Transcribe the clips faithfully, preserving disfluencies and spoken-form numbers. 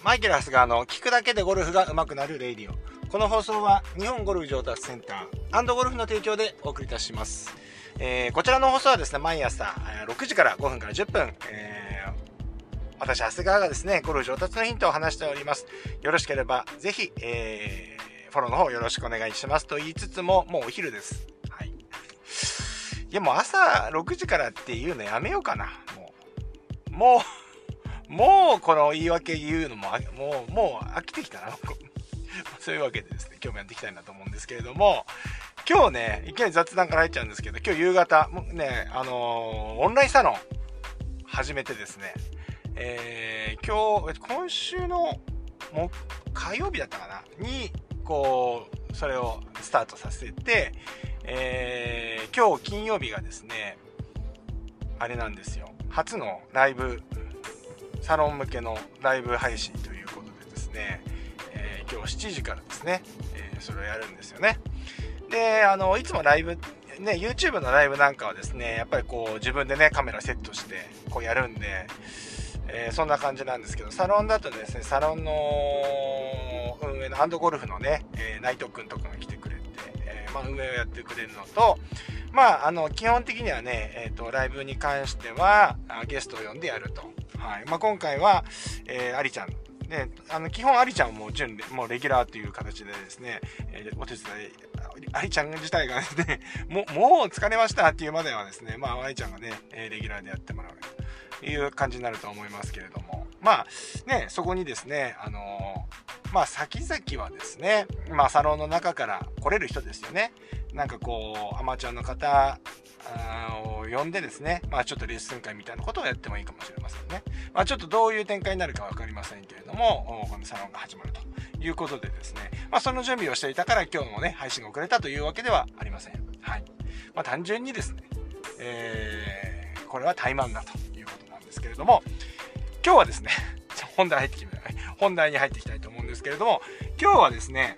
マイケル・ハスガーの聞くだけでゴルフが上手くなるレイディオ。この放送は日本ゴルフ上達センター&ゴルフの提供でお送りいたします。えー、こちらの放送はですね、毎朝ろくじからごふんからじゅっぷん、えー、私、ハスガーがですね、ゴルフ上達のヒントを話しております。よろしければぜひ、えー、フォローの方よろしくお願いしますと言いつつも、もうお昼です。はい。いや、もう朝ろくじからっていうのやめようかな。もう、もう、もうこの言い訳言うのも、もう、もう飽きてきたな。そういうわけでですね、今日もやっていきたいなと思うんですけれども、今日ね、いきなり雑談から入っちゃうんですけど、今日夕方、ね、あのー、オンラインサロン始めてですね、えー、今日、今週のも火曜日だったかなに、こう、それをスタートさせて、えー、今日金曜日がですね、あれなんですよ、初のライブ、サロン向けのライブ配信ということでですね、えー、今日しちじからですね、えー、それをやるんですよね。で、あのいつもライブね、 YouTube のライブなんかはですね、やっぱりこう自分でねカメラセットしてこうやるんで、えー、そんな感じなんですけど、サロンだとですね、サロンの運営のハンドゴルフのね、えー、内藤くんとかが来てくれて、えーまあ、運営をやってくれるのと、まああの基本的にはね、えーと、ライブに関してはゲストを呼んでやると。はい、まあ、今回は、えー、アリちゃんね、あの基本アリちゃんも準もうレギュラーという形でですね、えー、お手伝いアリちゃん自体がですね、もうもう疲れましたっていうまではですね、まあアリちゃんがね、レギュラーでやってもらうという感じになると思いますけれども、まあね、そこにですね、あのー、まあ先々はですね、まあサロンの中から来れる人ですよね、なんかこうアマチュアの方を呼んでですね、まあちょっとレッスン会みたいなことをやってもいいかもしれませんね。まあちょっとどういう展開になるか分かりませんけれども、このサロンが始まるということでですね、まあその準備をしていたから今日もね配信が遅れたというわけではありません。はい。まあ単純にですね、えー、これは怠慢だということなんですけれども、今日はですね、本題入ってきて本題に入っていきたいと思うんですけれども、今日はですね、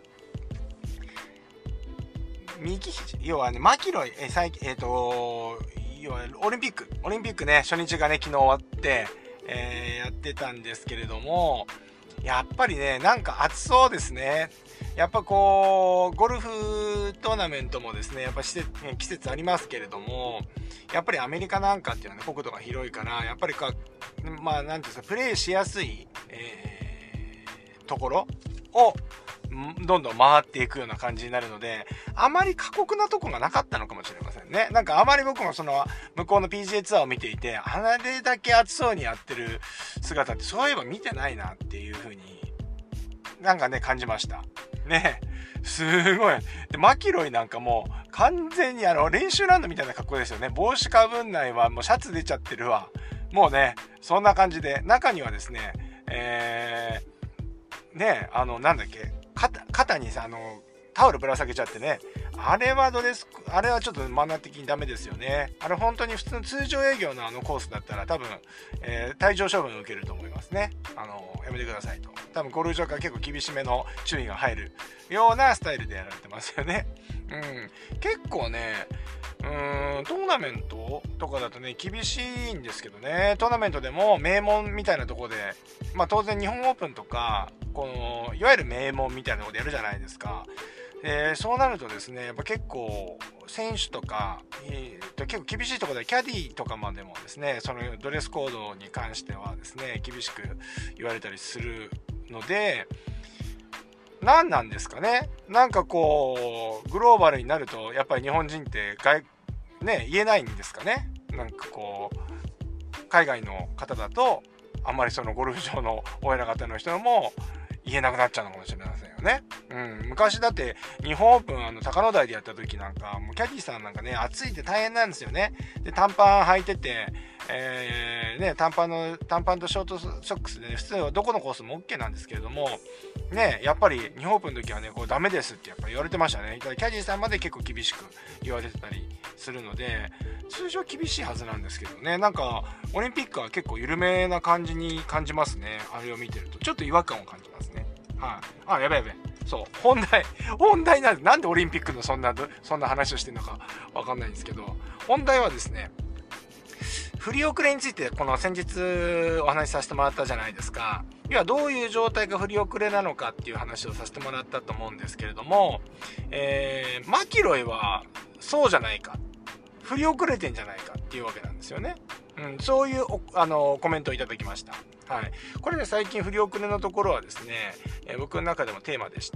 右肘、要はね、マキロイ、え最近、えっと、要はオリンピック、オリンピックね、初日がね、昨日終わって、えー、やってたんですけれども、やっぱりね、なんか暑そうですね。やっぱこう、ゴルフトーナメントもですね、やっぱ季節、季節ありますけれども、やっぱりアメリカなんかっていうのはね、国土が広いから、やっぱりか、まあ、なんていうんですか、プレーしやすい、えー、ところを、どんどん回っていくような感じになるので、あまり過酷なとこがなかったのかもしれませんね。なんかあまり僕もその向こうの ピージーエー ツアーを見ていて、あれだけ暑そうにやってる姿ってそういえば見てないなっていう風になんかね感じましたね。すごい。でマキロイなんかもう完全にあの練習ランドみたいな格好ですよね。帽子かぶんないわ、もうシャツ出ちゃってるわ、もうねそんな感じで、中にはですね、えー、ねあのなんだっけ、肩, 肩にさあのタオルぶら下げちゃってね、あれはドレス、あれはちょっとマナー的にダメですよね。あれ本当に普通の通常営業のあのコースだったら多分、えー、退場処分を受けると思いますね。あのやめてくださいと。多分ゴルフ場から結構厳しめの注意が入るようなスタイルでやられてますよね。うん、結構ね、うーんトーナメントとかだとね厳しいんですけどね。トーナメントでも名門みたいなところで、まあ当然日本オープンとかこのいわゆる名門みたいなところでやるじゃないですか。えー、そうなるとですね、やっぱ結構選手とか、えー、と結構厳しいところでキャディとかまでもですね、そのドレスコードに関してはですね厳しく言われたりするので、何なんですかね、なんかこうグローバルになるとやっぱり日本人って外、ね、言えないんですかね。なんかこう海外の方だとあんまりそのゴルフ場のお偉方の人も言えなくなっちゃうのかもしれませんよね。うん、昔だって日本オープンあの高野台でやった時なんかもうキャディーさんなんかね暑いって大変なんですよね。で短パン履いてて、えー、ね短パンの短パンとショートソックスで、ね、普通はどこのコースも OK なんですけれどもね、やっぱり日本オープンの時はねこうダメですってやっぱり言われてましたね。キャディーさんまで結構厳しく言われてたりするので、通常厳しいはずなんですけどね、なんかオリンピックは結構緩めな感じに感じますね。あれを見てるとちょっと違和感を感じますね。はい、あ、やべやべ。そう、本題、本題なんで、なんでオリンピックのそんな、そんな話をしてるのかわかんないんですけど、本題はですね、振り遅れについて、この先日お話しさせてもらったじゃないですか。 要はどういう状態が振り遅れなのかっていう話をさせてもらったと思うんですけれども、えー、マキロイはそうじゃないか、振り遅れてんじゃないかっていうわけなんですよね。うん、そういうあのコメントをいただきました。はい、これね、最近振り遅れのところはですね、えー、僕の中でもテーマでして、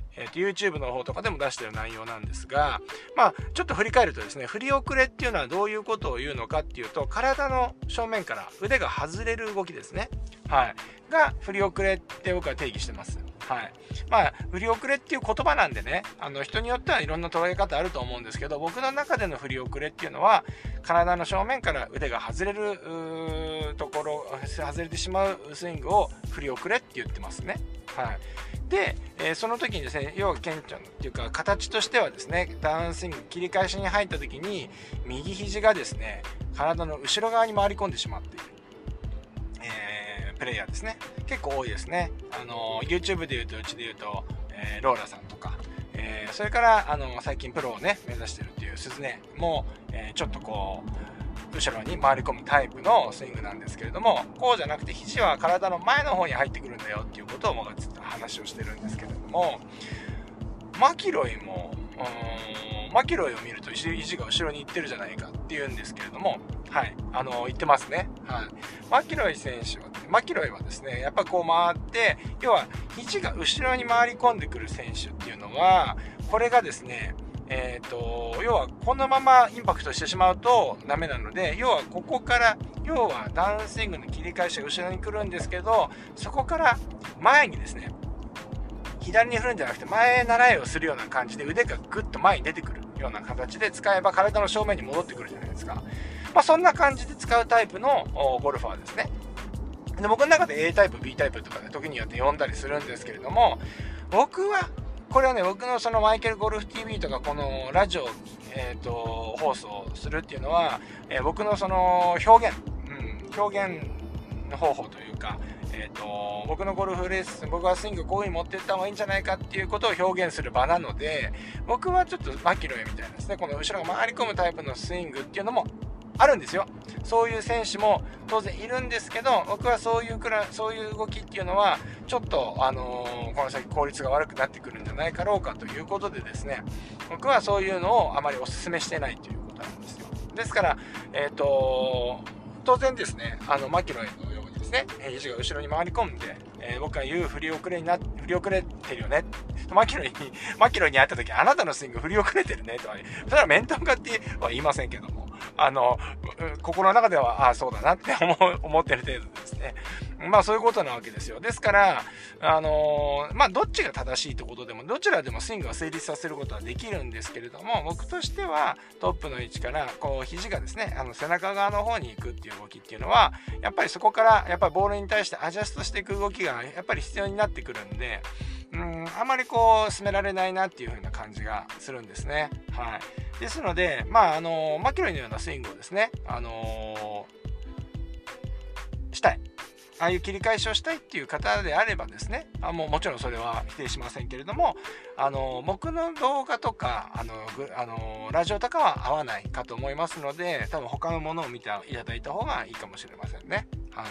えー、と YouTube の方とかでも出してる内容なんですが、まあちょっと振り返るとですね、振り遅れっていうのはどういうことを言うのかっていうと、体の正面から腕が外れる動きですね、はい、が振り遅れって僕は定義してます。はい、まあ振り遅れっていう言葉なんでね、あの人によってはいろんな捉え方あると思うんですけど、僕の中での振り遅れっていうのは、体の正面から腕が外れるところ、外れてしまうスイングを振り遅れって言ってますね。はい、で、えー、その時にですね、要は顕著っていうか形としてはですね、ダウンスイング切り返しに入った時に右肘がですね、体の後ろ側に回り込んでしまっている、えー、プレイヤーですね。結構多いですね。あの YouTube でいうと、うちでいうと、えー、ローラさんとか、えー、それからあの最近プロをね目指しているっていう鈴音も、えー、ちょっとこう後ろに回り込むタイプのスイングなんですけれども、こうじゃなくて肘は体の前の方に入ってくるんだよっていうことを僕は話をしてるんですけれども、マキロイもマキロイを見ると肘が後ろに行ってるじゃないかっていうんですけれども、はい、あの言ってますね。はい、マキロイ選手はマキロイはですね、やっぱこう回って、要は肘が後ろに回り込んでくる選手っていうのは、これがですね、えーと、要はこのままインパクトしてしまうとダメなので、要はここから要はダウンスイングの切り返しが後ろに来るんですけど、そこから前にですね、左に振るんじゃなくて前習いをするような感じで腕がグッと前に出てくるような形で使えば体の正面に戻ってくるじゃないですか。まあ、そんな感じで使うタイプのゴルファーですね。で、僕の中で A タイプ B タイプとかで時によって呼んだりするんですけれども、僕はこれはね、僕のそのマイケルゴルフ ティーブイ とかこのラジオ、えーと放送するっていうのは、えー、僕のその表現、うん、表現方法というか、えーと僕のゴルフレッスン、僕はスイングこういう風に持っていった方がいいんじゃないかっていうことを表現する場なので、僕はちょっとマキロイみたいなですね、この後ろが回り込むタイプのスイングっていうのもあるんですよ。そういう選手も当然いるんですけど、僕はそういうくらいそういう動きっていうのはちょっと、あのー、この先効率が悪くなってくるんじゃないかろうかということでですね、僕はそういうのをあまりお勧めしてないということなんですよ。ですから、えーと当然ですね、あのマキロイのようにですね、肘が後ろに回り込んで、えー、僕が言う振り遅れにな振り遅れてるよね、マキロイにマキロイに会った時、あなたのスイング振り遅れてるねとは、それは面と向かっては言いませんけども、あの心の中ではああそうだなって思う思ってる程度ですね。まあそういうことなわけですよ。ですからあのー、まあどっちが正しいってことでも、どちらでもスイングを成立させることはできるんですけれども、僕としてはトップの位置からこう肘がですね、あの背中側の方に行くっていう動きっていうのは、やっぱりそこからやっぱりボールに対してアジャストしていく動きがやっぱり必要になってくるんで、うん、あまりこう進められないなっていう風な感じがするんですね。はい。ですので、まああのマキロイのようなスイングをですね、あのー、したい、ああいう切り返しをしたいっていう方であればですね、あもうもちろんそれは否定しませんけれども、あの僕の動画とかあのあのラジオとかは合わないかと思いますので、多分他のものを見ていただいた方がいいかもしれませんね。はい。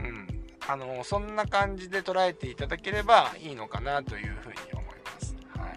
うん。あのそんな感じで捉えていただければいいのかなというふうに思います。はい。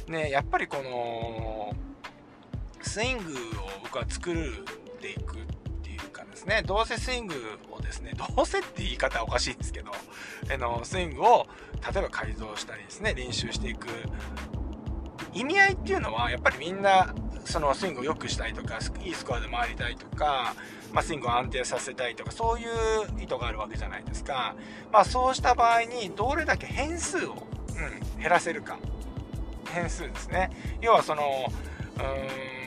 ね、やっぱりこのスイングを僕は作っていくっていうかですね、どうせスイングをですね、どうせって言い方はおかしいんですけど、あのスイングを例えば改造したりですね、練習していく意味合いっていうのは、やっぱりみんなそのスイングを良くしたいとか、いいスコアで回りたいとか、まあ、スイングを安定させたいとか、そういう意図があるわけじゃないですか。まあ、そうした場合にどれだけ変数を、うん、減らせるか、変数ですね。要はそのうー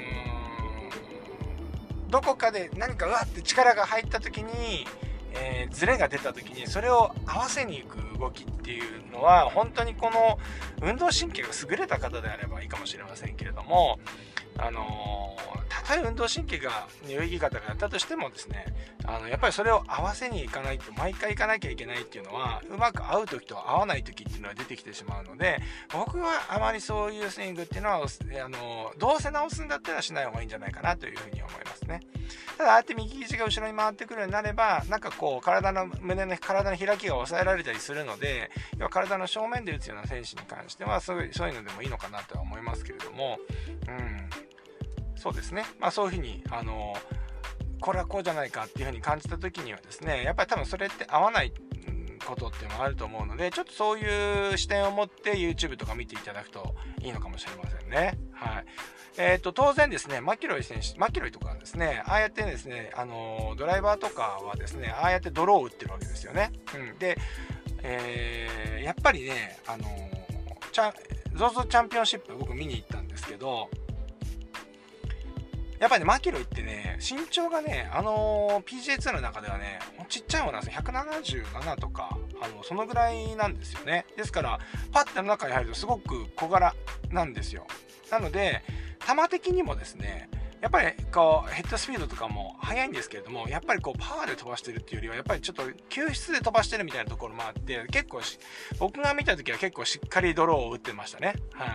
んどこかで何かうわって力が入った時に、えー、ズレが出た時にそれを合わせに行く動きっていうのは、本当にこの運動神経が優れた方であればいいかもしれませんけれども、あのー、たとえ運動神経が有意義方がやったとしてもですね、あのやっぱりそれを合わせにいかないと、毎回いかなきゃいけないっていうのは、うまく合う時と合わない時っていうのは出てきてしまうので、僕はあまりそういうスイングっていうのは、あのー、どうせ直すんだったらしない方がいいんじゃないかなというふうに思いますね。 ただああやって右肘が後ろに回ってくるようになれば、なんかこう体の胸の体の開きが抑えられたりするので、要は体の正面で打つような選手に関してはそういう、そういうのでもいいのかなとは思いますけれども、うん、そうですね。まあそういうふうにあのこれはこうじゃないかっていうふうに感じた時にはですね、やっぱり多分それって合わないことっていうのもあると思うので、ちょっとそういう視点を持って YouTube とか見ていただくといいのかもしれませんね。はい。えーと、当然ですね、マキロイ選手、マキロイとかはですね、ああやってですね、あのドライバーとかはですね、ああやってドローを打ってるわけですよね。うん。で、えー、やっぱりね、あのチャ ゾゾ チャンピオンシップ僕見に行ったんですけど、やっぱりね、マキロイってね、身長がね、あのー、ピージェーツー の中ではね、ちっちゃい方なんですよ。ひゃくななじゅうななとか、あの、そのぐらいなんですよね。ですから、パッての中に入るとすごく小柄なんですよ。なので、球的にもですね、やっぱりこうヘッドスピードとかも速いんですけれども、やっぱりこうパワーで飛ばしてるっていうよりは、やっぱりちょっと救出で飛ばしてるみたいなところもあって、結構し僕が見た時は結構しっかりドローを打ってましたね。はい。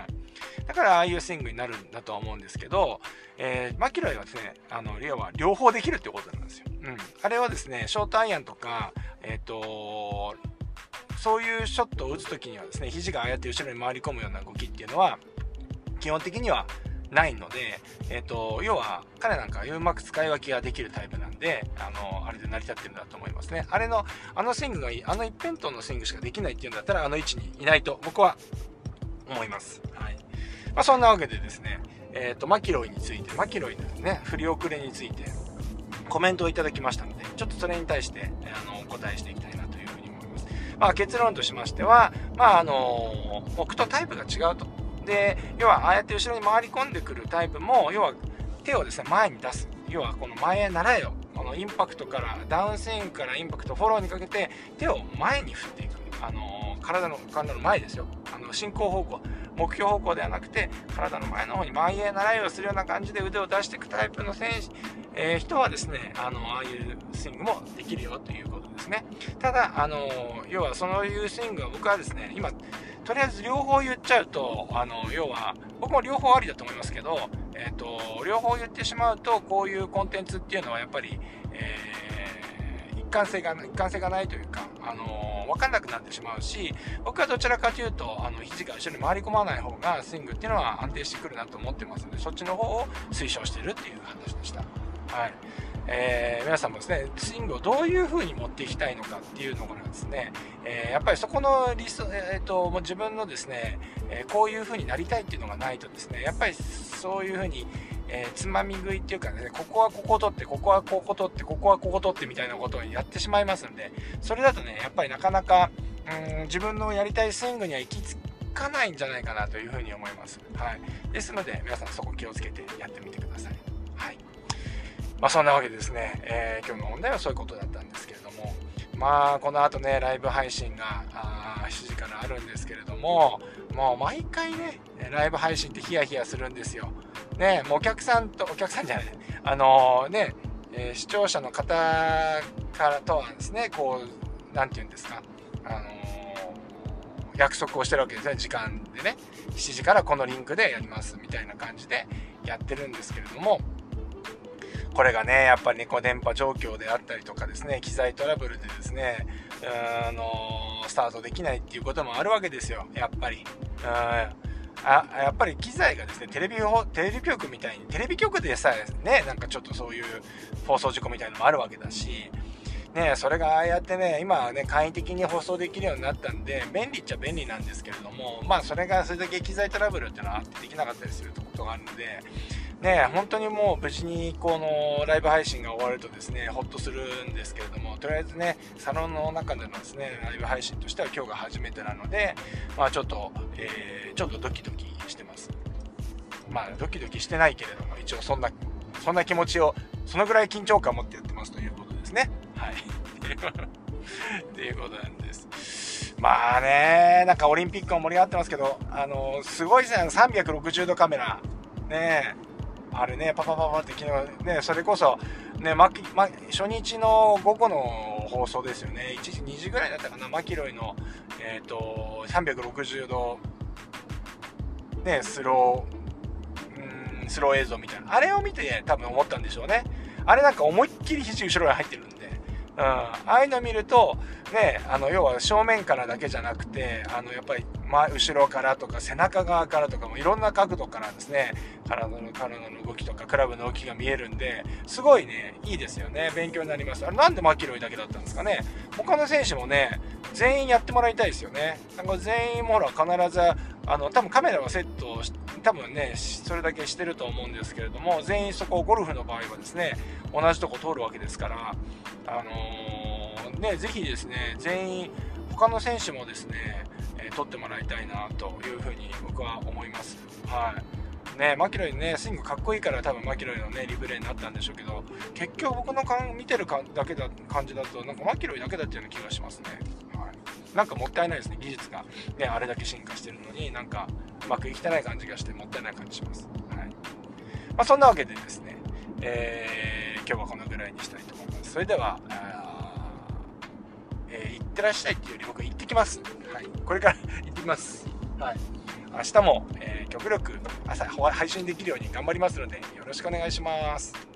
だからああいうスイングになるんだとは思うんですけど、えー、マキロイはですね、あの要は両方できるってことなんですよ。うん。あれはですね、ショートアイアンとか、えっとそういうショットを打つ時にはですね、肘がああやって後ろに回り込むような動きっていうのは基本的にはないので、えーと、要は彼なんかうまく使い分けができるタイプなんで、あのあれで成り立ってるんだと思いますね。あれのあのスイングがいい、あの一辺倒のスイングしかできないっていうんだったら、あの位置にいないと僕は思います。はい。まあ、そんなわけでですね、えーとマキロイについて、マキロイのね振り遅れについてコメントをいただきましたので、ちょっとそれに対してあのお答えしていきたいなというふうに思います。まあ、結論としましては、まああの僕とタイプが違うと。で、要はああやって後ろに回り込んでくるタイプも、要は手をですね前に出す、要はこの前へ習えよ、このインパクトからダウンスイングからインパクトフォローにかけて手を前に振っていく、あの体の体の前ですよ、あの進行方向、目標方向ではなくて体の前の方に前へ習いをするような感じで腕を出していくタイプの選手、えー、人はですね、あのああいうスイングもできるよということですね。ただあの要はそういうスイングは僕はですね、今とりあえず両方言っちゃうと、あの要は僕も両方ありだと思いますけど、えーと、両方言ってしまうとこういうコンテンツっていうのはやっぱり、えー、一貫性が一貫性がないというか、あの分かんなくなってしまうし、僕はどちらかというとあの肘が後ろに回り込まない方がスイングっていうのは安定してくるなと思ってますので、そっちの方を推奨しているっていう話でした。はい。えー、皆さんもですね、スイングをどういう風に持っていきたいのかっていうのがですね、えー、やっぱりそこの理想、えー、ともう自分のですね、えー、こういう風になりたいっていうのがないとですね、やっぱりそういう風に、えー、つまみ食いっていうかね、ここはここ取って、ここはここ取って、ここはここ取ってみたいなことをやってしまいますんで、それだとね、やっぱりなかなかうん自分のやりたいスイングには行き着かないんじゃないかなという風に思います。はい。ですので皆さんそこ気をつけてやってみてください。はい。まあそんなわけでですね、えー、今日の本題はそういうことだったんですけれども、まあこの後ねライブ配信があしちじからあるんですけれども、もう毎回ねライブ配信ってヒヤヒヤするんですよ。ね、もうお客さんとお客さんじゃないあのー、ね、えー、視聴者の方からとはですね、こうなんて言うんですか、あのー、約束をしてるわけですね。時間でね、しちじからこのリンクでやりますみたいな感じでやってるんですけれども、これがねやっぱりねこう電波状況であったりとかですね、機材トラブルでですね、あのスタートできないっていうこともあるわけですよ。やっぱりあやっぱり機材がですね、テレビテレビ局みたいにテレビ局でさえね、なんかちょっとそういう放送事故みたいなのもあるわけだしね、それがああやってね今はね簡易的に放送できるようになったんで便利っちゃ便利なんですけれども、まあそれがそれだけ機材トラブルっていうのはあってできなかったりすることがあるのでね、本当にもう無事にこのライブ配信が終わるとですねホッとするんですけれども、とりあえずねサロンの中でのですねライブ配信としては今日が初めてなので、まあちょっと、えー、ちょっとドキドキしてます。まあドキドキしてないけれども一応そんなそんな気持ちをそのぐらい緊張感を持ってやってますということですね。はいっていうことなんです。まあね、なんかオリンピックも盛り上がってますけど、あのすごいですね、さんびゃくろくじゅうどカメラね、あれねパパパパって昨日ね、それこそね、まま、初日の午後の放送ですよね、いちじにじぐらいだったかな、マキロイの、えー、とさんびゃくろくじゅうど、ね、スロー、うんスロー映像みたいな、あれを見て多分思ったんでしょうね。 あれなんか思いっきり肘後ろに入ってるんで、うん、ああいうの見るとね、あの要は正面からだけじゃなくて、あのやっぱり前後ろからとか背中側からとかもいろんな角度からですね、体の体の動きとかクラブの動きが見えるんで、すごいねいいですよね。勉強になります。あれなんでマキロイだけだったんですかね。他の選手もね全員やってもらいたいですよね。なんか全員もほら必ずあの多分カメラはセットし多分ねそれだけしてると思うんですけれども、全員そこゴルフの場合はですね同じとこ通るわけですから、あのー、ねぜひですね全員他の選手もですね、えー、取ってもらいたいなというふうに僕は思います。はいね、マキロイねスイングかっこいいから多分マキロイのねリプレイになったんでしょうけど、結局僕のかん見てるかだけだ感じだとなんかマキロイだけだったような気がしますね。はい、なんかもったいないですね。技術が、ね、あれだけ進化してるのになんかうまくいきてない感じがしてもったいない感じします。はい、まあ、そんなわけでですね、えー、今日はこのぐらいにしたいと思います。それではえー、行ってらっしゃいっていうより僕は行ってきます。はい、これから行ってきます。はい、明日も、えー、極力朝配信できるように頑張りますのでよろしくお願いします。